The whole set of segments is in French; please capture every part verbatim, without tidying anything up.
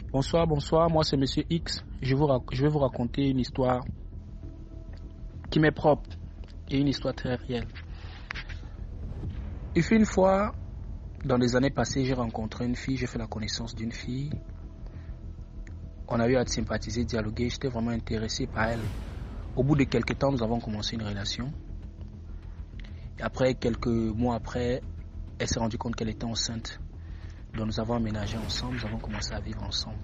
Bonsoir, bonsoir, moi c'est Monsieur X. Je, vous rac- je vais vous raconter une histoire qui m'est propre et une histoire très réelle. Il fut une fois, dans les années passées, j'ai rencontré une fille, j'ai fait la connaissance d'une fille. On a eu à sympathiser, dialoguer, j'étais vraiment intéressé par elle. Au bout de quelques temps, nous avons commencé une relation. Et après, quelques mois après, elle s'est rendue compte qu'elle était enceinte. Donc nous avons aménagé ensemble, nous avons commencé à vivre ensemble.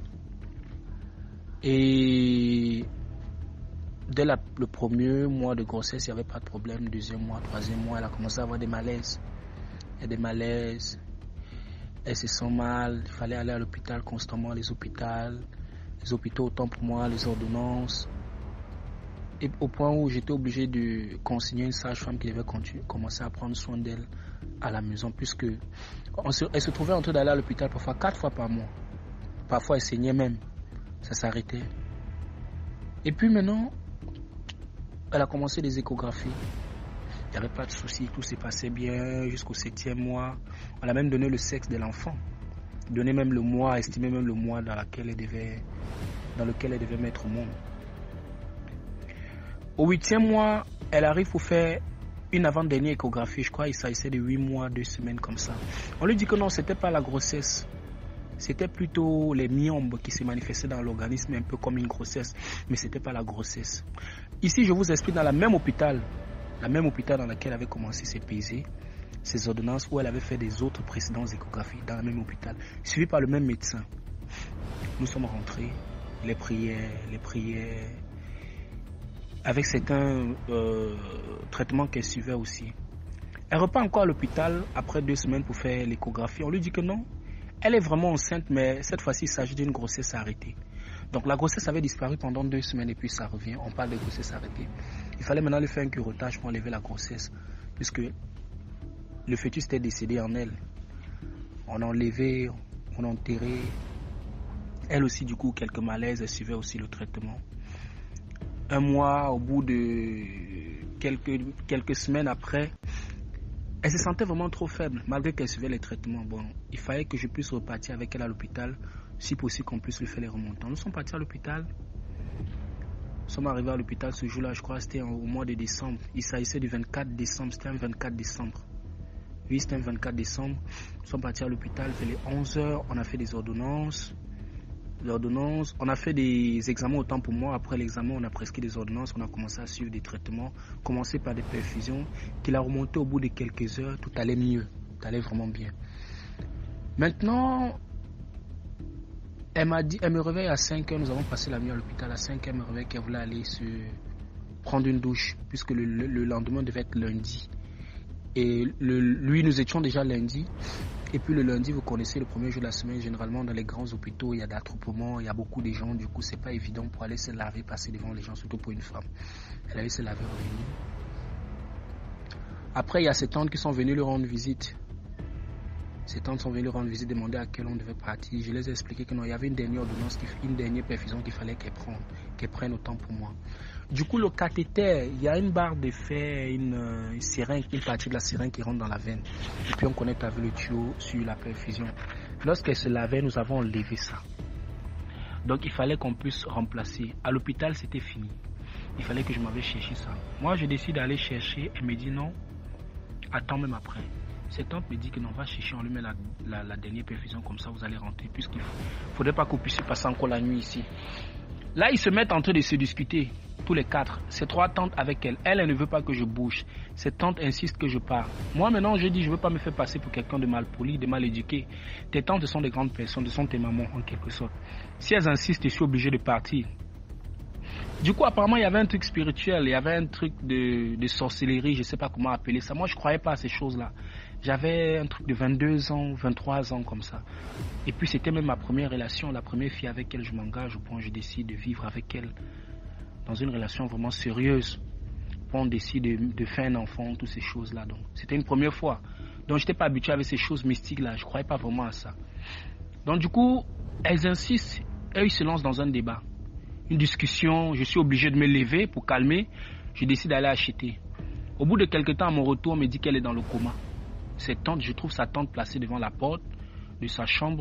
Et dès la, le premier mois de grossesse, il n'y avait pas de problème. Deuxième mois, troisième mois, elle a commencé à avoir des malaises. Il y a des malaises. Elle se sent mal. Il fallait aller à l'hôpital constamment, les hôpitaux. Les hôpitaux, autant pour moi, les ordonnances. Et au point où j'étais obligé de consigner une sage-femme qui devait continuer, commencer à prendre soin d'elle à la maison, puisque on se, elle se trouvait en train d'aller à l'hôpital parfois quatre fois par mois. Parfois, elle saignait même. Ça s'arrêtait. Et puis maintenant, elle a commencé les échographies. Il n'y avait pas de souci, tout s'est passé bien jusqu'au septième mois. On a même donné le sexe de l'enfant. Donné même le mois, estimé même le mois dans, laquelle elle devait, dans lequel elle devait mettre au monde. Au huitième mois, elle arrive pour faire une avant-dernière échographie. Je crois qu'il s'agissait de huit mois, deux semaines comme ça. On lui dit que non, ce n'était pas la grossesse. C'était plutôt les myomes qui se manifestaient dans l'organisme, un peu comme une grossesse. Mais ce n'était pas la grossesse. Ici, je vous explique dans la même hôpital, la même hôpital dans laquelle elle avait commencé ses P Z, ses ordonnances, où elle avait fait des autres précédentes échographies, dans le même hôpital, suivi par le même médecin. Nous sommes rentrés, les prières, les prières, avec certains euh, traitements qu'elle suivait aussi. Elle repart encore à l'hôpital après deux semaines pour faire l'échographie. On lui dit que non, elle est vraiment enceinte, mais cette fois-ci, il s'agit d'une grossesse arrêtée. Donc la grossesse avait disparu pendant deux semaines et puis ça revient. On parle de grossesse arrêtée. Il fallait maintenant lui faire un curettage pour enlever la grossesse, puisque le fœtus était décédé en elle. On a enlevé, on a enterré. Elle aussi, du coup, quelques malaises, elle suivait aussi le traitement. Un mois, au bout de quelques, quelques semaines après, elle se sentait vraiment trop faible, malgré qu'elle suivait les traitements. Bon, il fallait que je puisse repartir avec elle à l'hôpital, si possible qu'on puisse lui faire les remontants. Nous sommes partis à l'hôpital. Nous sommes arrivés à l'hôpital ce jour-là, je crois que c'était au mois de décembre. Il s'agissait du vingt-quatre décembre, c'était un vingt-quatre décembre. Oui, c'était un vingt-quatre décembre. Nous sommes partis à l'hôpital, vers les onze heures, on a fait des ordonnances. L'ordonnance, on a fait des examens autant pour moi. Après l'examen, on a prescrit des ordonnances, on a commencé à suivre des traitements, commencé par des perfusions, qu'il a remonté au bout de quelques heures, tout allait mieux, tout allait vraiment bien. Maintenant, elle m'a dit, elle me réveille à cinq heures, nous avons passé la nuit à l'hôpital, à cinq heures, elle me réveille qu'elle voulait aller se prendre une douche, puisque le, le, le lendemain devait être lundi. Et le, lui, nous étions déjà lundi. Et puis le lundi, vous connaissez, le premier jour de la semaine, généralement dans les grands hôpitaux, il y a d'attroupements, il y a beaucoup de gens. Du coup, c'est pas évident pour aller se laver, passer devant les gens, surtout pour une femme. Elle allait se laver, revenir. Après, il y a ces tantes qui sont venues lui rendre visite. Ces tantes sont venues lui rendre visite, demander à quelle on devait partir. Je les ai expliqué que non, il y avait une dernière ordonnance, une dernière perfusion qu'il fallait qu'elle prenne, qu'elle prenne autant pour moi. Du coup, le cathéter, il y a une barre de fer, une, une seringue, une partie de la seringue qui rentre dans la veine. Et puis on connecte avec le tuyau sur la perfusion. Lorsqu'elle se lavait, nous avons enlevé ça. Donc il fallait qu'on puisse remplacer. À l'hôpital, c'était fini. Il fallait que je m'avais cherché ça. Moi, je décide d'aller chercher. Elle me dit non, attends même après. Cette tante me dit que non, va chercher, on lui met la, la, la dernière perfusion, comme ça vous allez rentrer. Puisqu'il ne faudrait pas que vous puissiez passer encore la nuit ici. Là, ils se mettent en train de se discuter, tous les quatre. Ces trois tantes avec elle. Elle, elle ne veut pas que je bouge. Cette tante insiste que je parte. Moi, maintenant, je dis, je ne veux pas me faire passer pour quelqu'un de mal poli, de mal éduqué. Tes tantes sont des grandes personnes, ce sont tes mamans, en quelque sorte. Si elles insistent, je suis obligé de partir. Du coup, apparemment, il y avait un truc spirituel, il y avait un truc de, de sorcellerie, je ne sais pas comment appeler ça. Moi, je ne croyais pas à ces choses-là. J'avais un truc de vingt-deux ans, vingt-trois ans comme ça. Et puis, c'était même ma première relation, la première fille avec laquelle je m'engage, au point où je décide de vivre avec elle dans une relation vraiment sérieuse. Au point où on décide de, de faire un enfant, toutes ces choses-là. Donc, c'était une première fois. Donc, je n'étais pas habitué avec ces choses mystiques-là. Je ne croyais pas vraiment à ça. Donc, du coup, elles insistent, elles se lancent dans un débat. Une discussion, je suis obligé de me lever pour calmer. Je décide d'aller acheter. Au bout de quelques temps, à mon retour, on me dit qu'elle est dans le coma. Cette tante, je trouve sa tante placée devant la porte de sa chambre. Je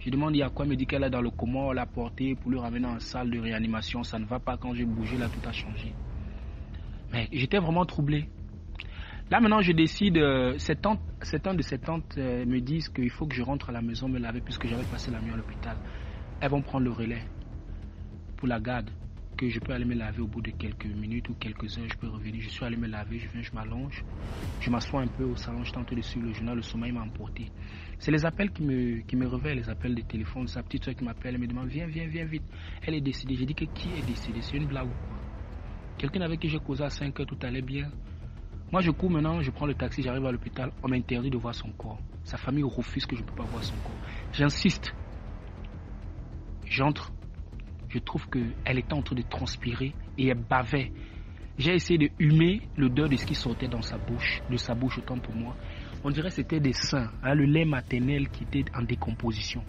Je demande il y a quoi, elle me dit qu'elle est dans le coma, on l'a portée pour le ramener en salle de réanimation. Ça ne va pas, quand j'ai bougé, là tout a changé. Mais j'étais vraiment troublé. Là maintenant je décide, euh, cette tante, cette tante de cette tante euh, me disent qu'il faut que je rentre à la maison me laver puisque j'avais passé la nuit à l'hôpital. Elles vont prendre le relais pour la garde, que je peux aller me laver au bout de quelques minutes ou quelques heures, je peux revenir. Je suis allé me laver, je viens, je m'allonge, je m'assois un peu au salon, je tente de suivre le journal, le sommeil m'a emporté. C'est les appels qui me, qui me réveillent, les appels de téléphone, sa petite soeur qui m'appelle, elle me demande viens, viens, viens vite. Elle est décédée. J'ai dit que qui est décédé? C'est une blague ou quoi? Quelqu'un avec qui j'ai causé à cinq heures, tout allait bien. Moi je cours maintenant, je prends le taxi, j'arrive à l'hôpital, on m'interdit de voir son corps. Sa famille refuse que je ne peux pas voir son corps. J'insiste. J'entre. Je trouve qu'elle était en train de transpirer et elle bavait. J'ai essayé de humer l'odeur de ce qui sortait dans sa bouche, de sa bouche autant pour moi. On dirait que c'était des seins, hein, le lait maternel qui était en décomposition.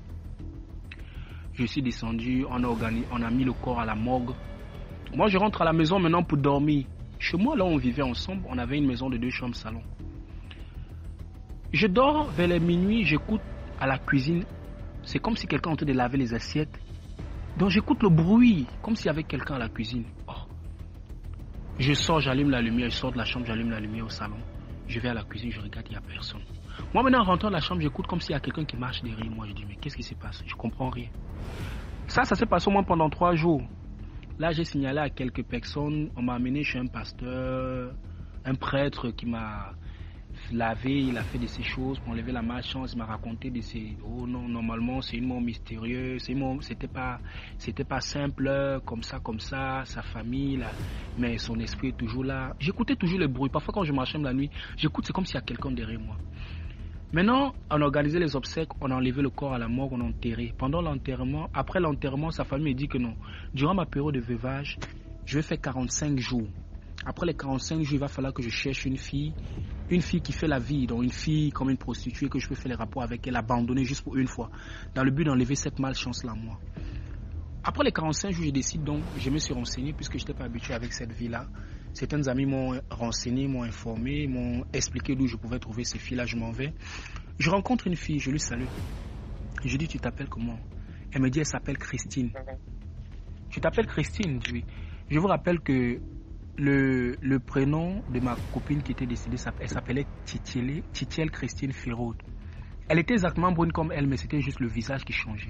Je suis descendu, on a, organi- on a mis le corps à la morgue. Moi je rentre à la maison maintenant pour dormir. Chez moi, là, on vivait ensemble. On avait une maison de deux chambres salon. Je dors vers les minuit. J'écoute à la cuisine. C'est comme si quelqu'un était en train de laver les assiettes. Donc, j'écoute le bruit. Comme s'il y avait quelqu'un à la cuisine. Oh. Je sors, j'allume la lumière. Je sors de la chambre, j'allume la lumière au salon. Je vais à la cuisine, je regarde, il n'y a personne. Moi, maintenant, en rentrant dans la chambre, j'écoute comme s'il y a quelqu'un qui marche derrière moi. Je dis, mais qu'est-ce qui se passe? Je ne comprends rien. Ça, ça s'est passé au moins pendant trois jours. Là, j'ai signalé à quelques personnes, on m'a amené chez un pasteur, un prêtre qui m'a lavé, il a fait de ces choses pour enlever la malchance, il m'a raconté de ces... Oh non, normalement, c'est une mort mystérieuse, c'est une mort, c'était pas, c'était pas simple, comme ça, comme ça, sa famille, là, mais son esprit est toujours là. J'écoutais toujours le bruit, parfois quand je marchais la nuit, j'écoute, c'est comme s'il y a quelqu'un derrière moi. Maintenant, on a organisé les obsèques, on a enlevé le corps à la morgue, on a enterré. Pendant l'enterrement, après l'enterrement, sa famille me dit que non. Durant ma période de veuvage, je vais faire quarante-cinq jours. Après les quarante-cinq jours, il va falloir que je cherche une fille, une fille qui fait la vie, donc une fille comme une prostituée, que je peux faire les rapports avec elle, abandonnée juste pour une fois, dans le but d'enlever cette malchance-là, moi. Après les quarante-cinq jours, je décide donc, je me suis renseigné, puisque je n'étais pas habitué avec cette vie-là. Certains amis m'ont renseigné, m'ont informé, m'ont expliqué d'où je pouvais trouver ces filles-là, je m'en vais. Je rencontre une fille, je lui salue. Je dis, tu t'appelles comment? Elle me dit, elle s'appelle Christine. Tu t'appelles Christine? Oui. Je vous rappelle que le, le prénom de ma copine qui était décédée, elle s'appelait Titielle, Titielle Christine Ferraud. Elle était exactement brune comme elle, mais c'était juste le visage qui changeait.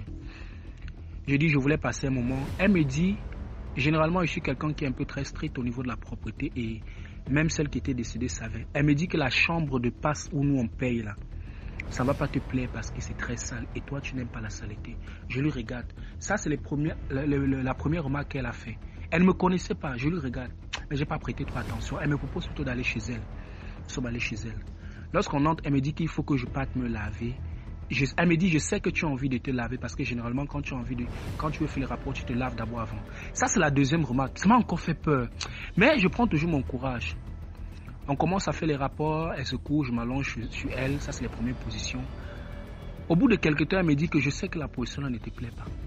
Je dis, je voulais passer un moment. Elle me dit, généralement, je suis quelqu'un qui est un peu très strict au niveau de la propreté et même celle qui était décédée savait. Elle me dit que la chambre de passe où nous on paye là, ça ne va pas te plaire parce que c'est très sale et toi tu n'aimes pas la saleté. Je lui regarde. Ça c'est les premières, la, la, la première remarque qu'elle a fait. Elle ne me connaissait pas, je lui regarde. Mais je n'ai pas prêté trop attention. Elle me propose plutôt d'aller chez elle. Nous sommes allés chez elle. Lorsqu'on entre, elle me dit qu'il faut que je parte me laver. Je, elle me dit, je sais que tu as envie de te laver parce que généralement, quand tu as envie de, quand tu veux faire le rapport, tu te laves d'abord avant. Ça, c'est la deuxième remarque. Ça m'a encore fait peur. Mais je prends toujours mon courage. On commence à faire les rapports, elle se couche, je m'allonge sur, sur elle. Ça, c'est les premières positions. Au bout de quelques temps, elle me dit que je sais que la position là ne te plaît pas.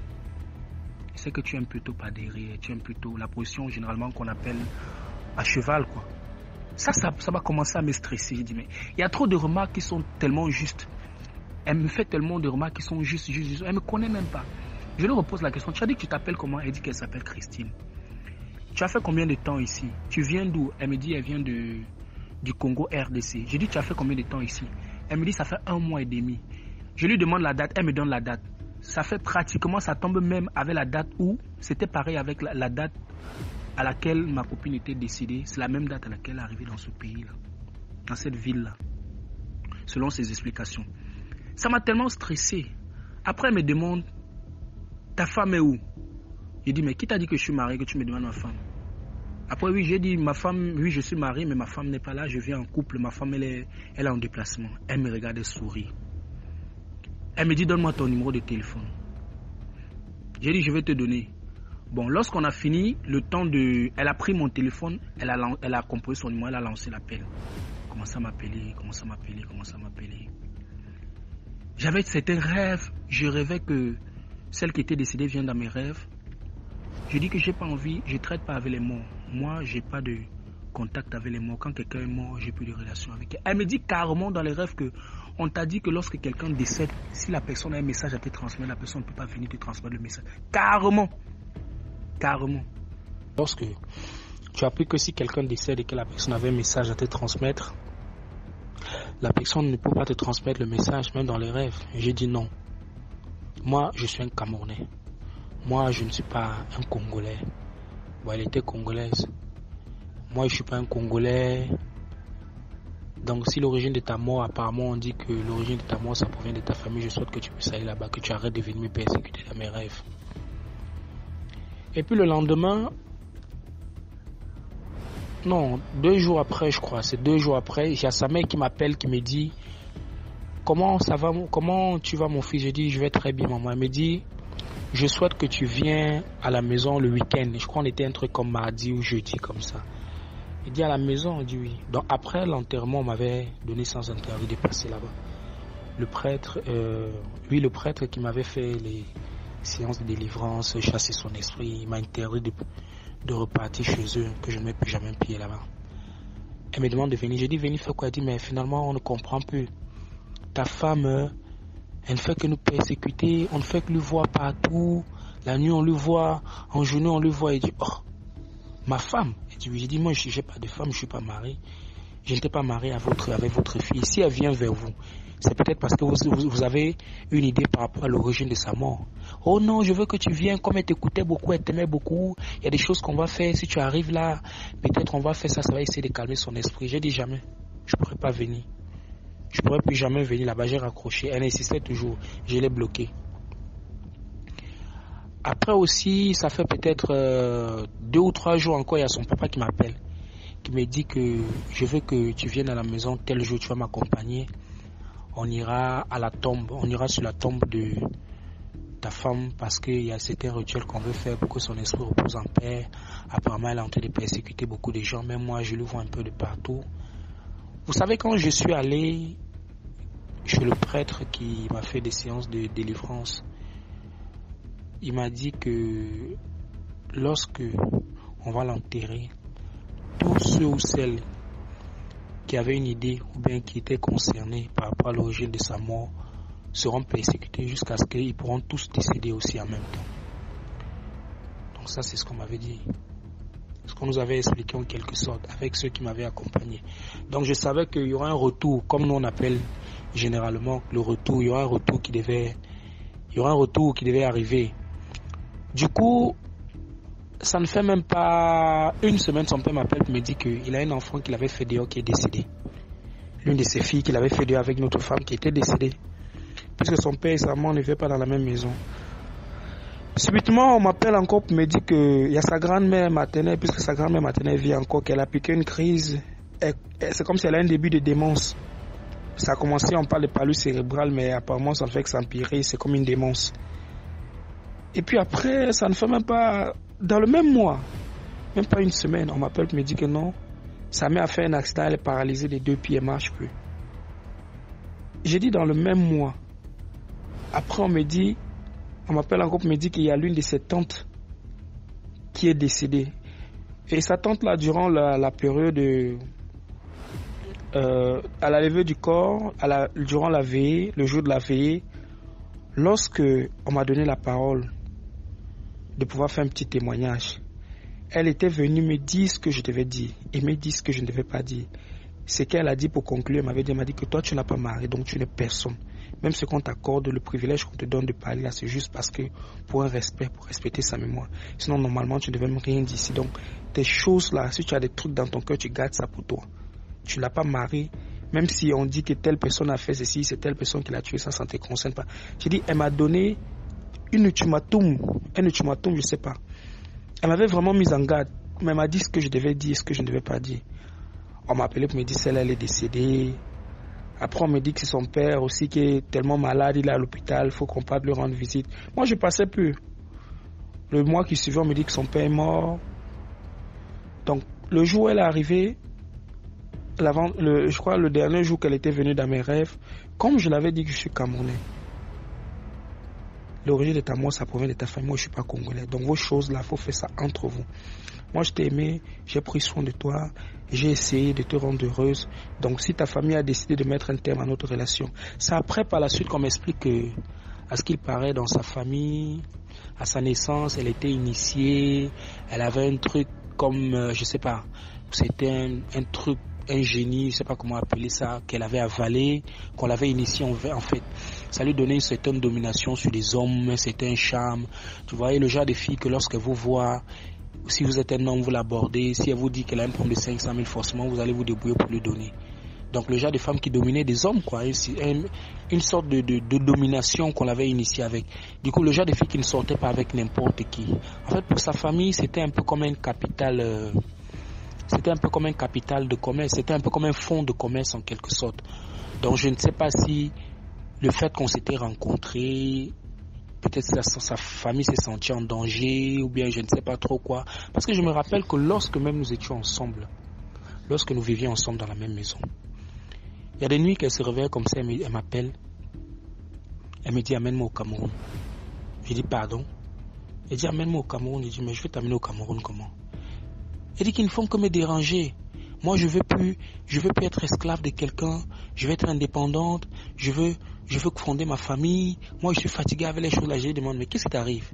Je sais que tu aimes plutôt pas derrière, tu aimes plutôt la position généralement qu'on appelle à cheval, quoi. Ça, ça, ça va commencer à me stresser. Je dis, mais il y a trop de remarques qui sont tellement justes. Elle me fait tellement de remarques qui sont justes, justes, justes. Elle ne me connaît même pas. Je lui repose la question. Tu as dit que tu t'appelles comment? Elle dit qu'elle s'appelle Christine. Tu as fait combien de temps ici? Tu viens d'où? Elle me dit qu'elle vient de, du Congo R D C. Je dis, tu as fait combien de temps ici? Elle me dit, ça fait un mois et demi. Je lui demande la date. Elle me donne la date. Ça fait pratiquement, ça tombe même avec la date où c'était pareil avec la, la date à laquelle ma copine était décédée. C'est la même date à laquelle elle est arrivée dans ce pays-là, dans cette ville-là, selon ses explications. Ça m'a tellement stressé. Après, elle me demande, ta femme est où? Je dis, mais qui t'a dit que je suis marié, que tu me demandes ma femme? Après, oui, j'ai dit, ma femme, oui, je suis marié, mais ma femme n'est pas là, je viens en couple, ma femme, elle est, elle est en déplacement. Elle me regarde et sourit. Elle me dit, donne-moi ton numéro de téléphone. J'ai dit, je vais te donner. Bon, lorsqu'on a fini, le temps de... Elle a pris mon téléphone, elle a, elle a composé son numéro, elle a lancé l'appel. Commence à m'appeler, commence à m'appeler, commence à m'appeler. J'avais certains rêves. Je rêvais que celle qui était décédée vient dans mes rêves. Je dis que j'ai pas envie, je ne traite pas avec les morts. Moi, j'ai pas de contact avec les morts. Quand quelqu'un est mort, j'ai plus de relation avec elle. Elle me dit carrément dans les rêves que on t'a dit que lorsque quelqu'un décède, si la personne a un message à te transmettre, la personne ne peut pas venir te transmettre le message. Carrément. Carrément. Lorsque tu as appris que si quelqu'un décède et que la personne avait un message à te transmettre, la personne ne peut pas te transmettre le message, même dans les rêves. J'ai dit non. Moi, je suis un Camerounais. Moi, je ne suis pas un Congolais. Bon, elle était congolaise. Moi, je ne suis pas un Congolais. Donc, si l'origine de ta mort, apparemment, on dit que l'origine de ta mort, ça provient de ta famille, je souhaite que tu puisses aller là-bas, que tu arrêtes de venir me persécuter dans mes rêves. Et puis le lendemain, non, deux jours après, je crois, c'est deux jours après, il y a sa mère qui m'appelle, qui me dit « Comment ça va, comment tu vas mon fils ?» Je dis « Je vais très bien maman ». Elle me dit « Je souhaite que tu viennes à la maison le week-end ». Je crois qu'on était un truc comme mardi ou jeudi, comme ça. Il dit « À la maison ?» On dit « Oui ». Donc après l'enterrement, on m'avait donné sans interdit de passer là-bas. Le prêtre, euh, lui le prêtre qui m'avait fait les séances de délivrance, chasser son esprit, il m'a interdit de... de repartir chez eux, que je ne mets plus jamais un pied là-bas. Elle me demande de venir. J'ai dit, venir faire quoi? Elle dit, mais finalement, on ne comprend plus. Ta femme, elle ne fait que nous persécuter, on ne fait que lui voir partout. La nuit, on lui voit, en journée, on lui voit. Elle dit, oh, ma femme. J'ai dit, moi, je n'ai pas de femme, je ne suis pas marié. Je n'étais pas marié à votre, avec votre fille. Si elle vient vers vous, c'est peut-être parce que vous, vous, vous avez une idée par rapport à l'origine de sa mort. Oh non, je veux que tu viennes, comme elle t'écoutait beaucoup, elle t'aimait beaucoup. Il y a des choses qu'on va faire. Si tu arrives là, peut-être on va faire ça, ça va essayer de calmer son esprit. J'ai dit jamais, je ne pourrais pas venir. Je ne pourrais plus jamais venir là-bas. J'ai raccroché. Elle insistait toujours. Je l'ai bloqué. Après aussi, ça fait peut-être euh, deux ou trois jours encore, il y a son papa qui m'appelle, qui me dit que je veux que tu viennes à la maison tel jour, tu vas m'accompagner. On ira à la tombe, on ira sur la tombe de ta femme parce qu'il y a certains rituels qu'on veut faire pour que son esprit repose en paix. Apparemment, elle est en train de persécuter beaucoup de gens, même moi, je le vois un peu de partout. Vous savez, quand je suis allé chez le prêtre qui m'a fait des séances de délivrance, il m'a dit que lorsque on va l'enterrer, tous ceux ou celles qui avaient une idée ou bien qui étaient concernés par rapport à l'origine de sa mort seront persécutés jusqu'à ce qu'ils pourront tous décéder aussi en même temps. Donc ça, c'est ce qu'on m'avait dit. Ce qu'on nous avait expliqué en quelque sorte avec ceux qui m'avaient accompagné. Donc je savais qu'il y aura un retour, comme nous on appelle généralement le retour, il y aura un retour qui devait, il y aura un retour qui devait arriver. Du coup, ça ne fait même pas une semaine, son père m'appelle et me dit qu'il a un enfant qu'il avait fait dehors qui est décédé. L'une de ses filles qu'il avait fait dehors avec notre femme qui était décédée. Puisque son père et sa mère ne vivaient pas dans la même maison. Subitement, on m'appelle encore pour me dire qu'il y a sa grand-mère maternelle, puisque sa grand-mère maternelle vit encore, qu'elle a piqué une crise. Et, et c'est comme si elle a un début de démence. Ça a commencé, on parle de palud cérébral, mais apparemment ça ne fait que s'empirer, c'est comme une démence. Et puis après, ça ne fait même pas... Dans le même mois, même pas une semaine, on m'appelle et me dit que non, sa mère a fait un accident, elle est paralysée des deux pieds, elle ne marche plus. J'ai dit dans le même mois. Après, on me dit, on m'appelle encore pour me dire qu'il y a l'une de ses tantes qui est décédée. Et sa tante là, durant la, la période, de, euh, à la levée du corps, à la, durant la veillée, le jour de la veillée, lorsque on m'a donné la parole de pouvoir faire un petit témoignage, elle était venue me dire ce que je devais dire et me dire ce que je ne devais pas dire. Ce qu'elle a dit pour conclure, elle m'avait dit, elle m'a dit que toi tu n'as pas marié, donc tu n'es personne. Même ce qu'on t'accorde, le privilège qu'on te donne de parler là, c'est juste parce que pour un respect, pour respecter sa mémoire. Sinon, normalement, tu ne devais même rien dire ici. Donc, tes choses là, si tu as des trucs dans ton cœur, tu gardes ça pour toi. Tu ne l'as pas marié, même si on dit que telle personne a fait ceci, c'est telle personne qui l'a tué, ça, ça ne te concerne pas. J'ai dit, elle m'a donné une ultimatum, un ultimatum, je ne sais pas. Elle m'avait vraiment mise en garde, mais elle m'a dit ce que je devais dire, ce que je ne devais pas dire. On m'a appelé pour me dire celle-là, elle est décédée. Après, on me dit que c'est son père aussi qui est tellement malade, il est à l'hôpital, il faut qu'on parte lui rendre visite. Moi, je ne passais plus. Le mois qui suivait, on me dit que son père est mort. Donc, le jour où elle est arrivée, le, je crois le dernier jour qu'elle était venue dans mes rêves, comme je l'avais dit que je suis Camerounais, l'origine de ta mort, ça provient de ta famille. Moi, je ne suis pas congolais. Donc, vos choses là, il faut faire ça entre vous. Moi, je t'ai aimé, j'ai pris soin de toi, j'ai essayé de te rendre heureuse. Donc, si ta famille a décidé de mettre un terme à notre relation, c'est après, par la suite, qu'on m'explique que, à ce qu'il paraît, dans sa famille, à sa naissance, elle était initiée, elle avait un truc comme, euh, je sais pas, c'était un, un truc, un génie, je sais pas comment appeler ça, qu'elle avait avalé, qu'on l'avait initié en, en fait. Ça lui donnait une certaine domination sur les hommes, un certain charme. Tu voyez le genre de fille que lorsque vous voit, si vous êtes un homme, vous l'abordez, si elle vous dit qu'elle a un problème de cinq cent mille, forcément, vous allez vous débrouiller pour lui donner. Donc le genre de femme qui dominait des hommes, quoi, une, une sorte de, de, de domination qu'on l'avait initiée avec. Du coup, le genre de fille qui ne sortait pas avec n'importe qui. En fait, pour sa famille, c'était un peu comme un capital, euh, c'était un peu comme un capital de commerce, c'était un peu comme un fonds de commerce en quelque sorte. Donc je ne sais pas si le fait qu'on s'était rencontrés, peut-être sa, sa famille s'est sentie en danger, ou bien je ne sais pas trop quoi. Parce que je me rappelle que lorsque même nous étions ensemble, lorsque nous vivions ensemble dans la même maison, il y a des nuits qu'elle se réveille comme ça, elle m'appelle, elle me dit amène-moi au Cameroun. Je dis pardon. Elle dit amène-moi au Cameroun. Je dis mais je vais t'amener au Cameroun comment? Elle dit qu'ils ne font que me déranger. Moi je veux plus, je veux plus être esclave de quelqu'un, je veux être indépendante, je veux, je veux fonder ma famille. Moi je suis fatigué avec les choses là, je lui demande mais qu'est-ce qui t'arrive?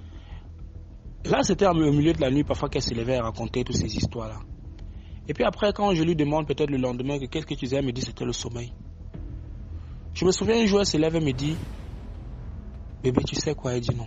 Là c'était au milieu de la nuit parfois qu'elle se levait à raconter toutes ces histoires là. Et puis après, quand je lui demande peut-être le lendemain que qu'est-ce que tu disais, elle me dit c'était le sommeil. Je me souviens un jour, elle se lève et me dit bébé, tu sais quoi? Elle dit non.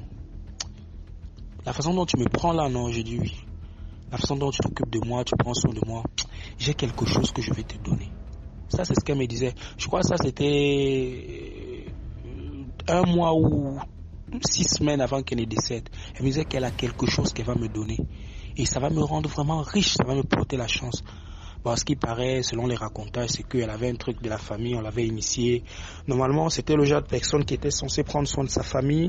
La façon dont tu me prends là, non? Je dis oui. La façon dont tu t'occupes de moi, tu prends soin de moi, j'ai quelque chose que je vais te donner. Ça, c'est ce qu'elle me disait. Je crois que ça, c'était un mois ou six semaines avant qu'elle ne décède. Elle me disait qu'elle a quelque chose qu'elle va me donner. Et ça va me rendre vraiment riche, ça va me porter la chance. Bon, ce qui paraît, selon les racontages, c'est qu'elle avait un truc de la famille, on l'avait initié. Normalement, c'était le genre de personne qui était censée prendre soin de sa famille.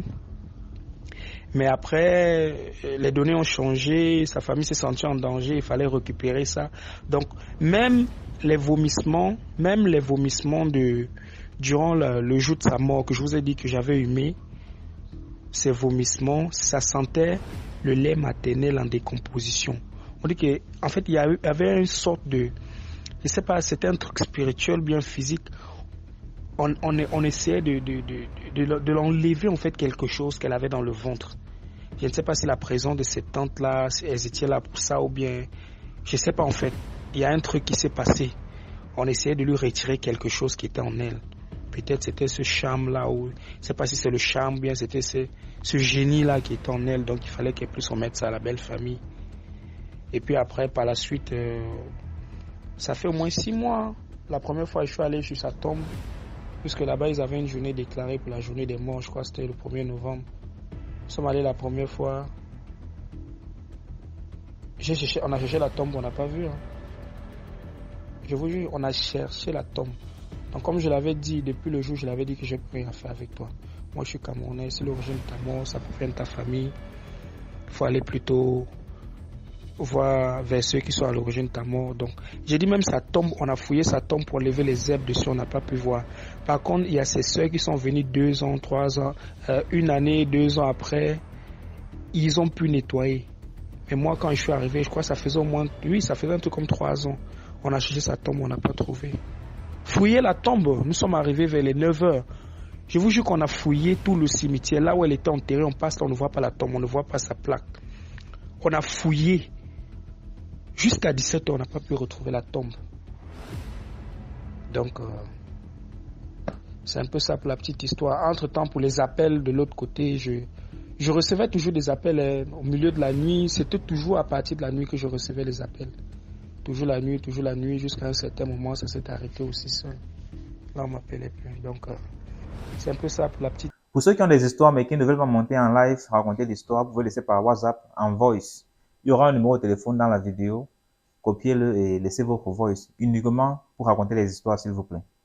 Mais après, les données ont changé, sa famille s'est sentie en danger, il fallait récupérer ça. Donc, même les vomissements, même les vomissements de, durant le, le jour de sa mort, que je vous ai dit que j'avais humé, ces vomissements, ça sentait le lait maternel en décomposition. On dit que, en fait, il y avait une sorte de, je sais pas, c'était un truc spirituel, bien physique. On, on, on essayait de, de, de, de, de l'enlever, en fait, quelque chose qu'elle avait dans le ventre. Je ne sais pas si la présence de cette tante-là, elles étaient là pour ça ou bien, je ne sais pas, en fait. Il y a un truc qui s'est passé. On essayait de lui retirer quelque chose qui était en elle. Peut-être c'était ce charme-là, ou je ne sais pas si c'est le charme, ou bien c'était ce, ce génie-là qui était en elle. Donc il fallait qu'elle puisse remettre ça à la belle famille. Et puis après, par la suite, euh, ça fait au moins six mois. La première fois, je suis allé sur sa tombe, puisque là-bas, ils avaient une journée déclarée pour la journée des morts. Je crois que c'était le premier novembre. Nous sommes allés la première fois. J'ai cherché, on a cherché la tombe, on n'a pas vu. Hein. Je vous jure, on a cherché la tombe. Donc comme je l'avais dit, depuis le jour, je l'avais dit que je ne peux rien faire avec toi. Moi, je suis Camerounais, c'est l'origine de ta mort, ça provient de ta famille. Il faut aller plutôt voir vers ceux qui sont à l'origine de ta mort. Donc, j'ai dit même sa tombe, on a fouillé sa tombe pour lever les herbes dessus, on n'a pas pu voir. Par contre, il y a ces soeurs qui sont venues deux ans, trois ans, euh, une année, deux ans après, ils ont pu nettoyer. Mais moi, quand je suis arrivé, je crois que ça faisait au moins, oui, ça faisait un truc comme trois ans. On a cherché sa tombe, on n'a pas trouvé. Fouiller la tombe, nous sommes arrivés vers les neuf heures. Je vous jure qu'on a fouillé tout le cimetière. Là où elle était enterrée, on passe, on ne voit pas la tombe, on ne voit pas sa plaque. On a fouillé. Jusqu'à dix-sept heures, on n'a pas pu retrouver la tombe. Donc, euh, c'est un peu ça pour la petite histoire. Entre-temps, pour les appels de l'autre côté, je, je recevais toujours des appels euh, au milieu de la nuit. C'était toujours à partir de la nuit que je recevais les appels. Toujours la nuit, toujours la nuit, jusqu'à un certain moment, ça s'est arrêté aussi seul. Là, on m'appelait plus. Donc, euh, c'est un peu ça pour la petite. Pour ceux qui ont des histoires mais qui ne veulent pas monter en live, raconter des histoires, vous pouvez laisser par WhatsApp en voice. Il y aura un numéro de téléphone dans la vidéo. Copiez-le et laissez votre voice uniquement pour raconter les histoires, s'il vous plaît.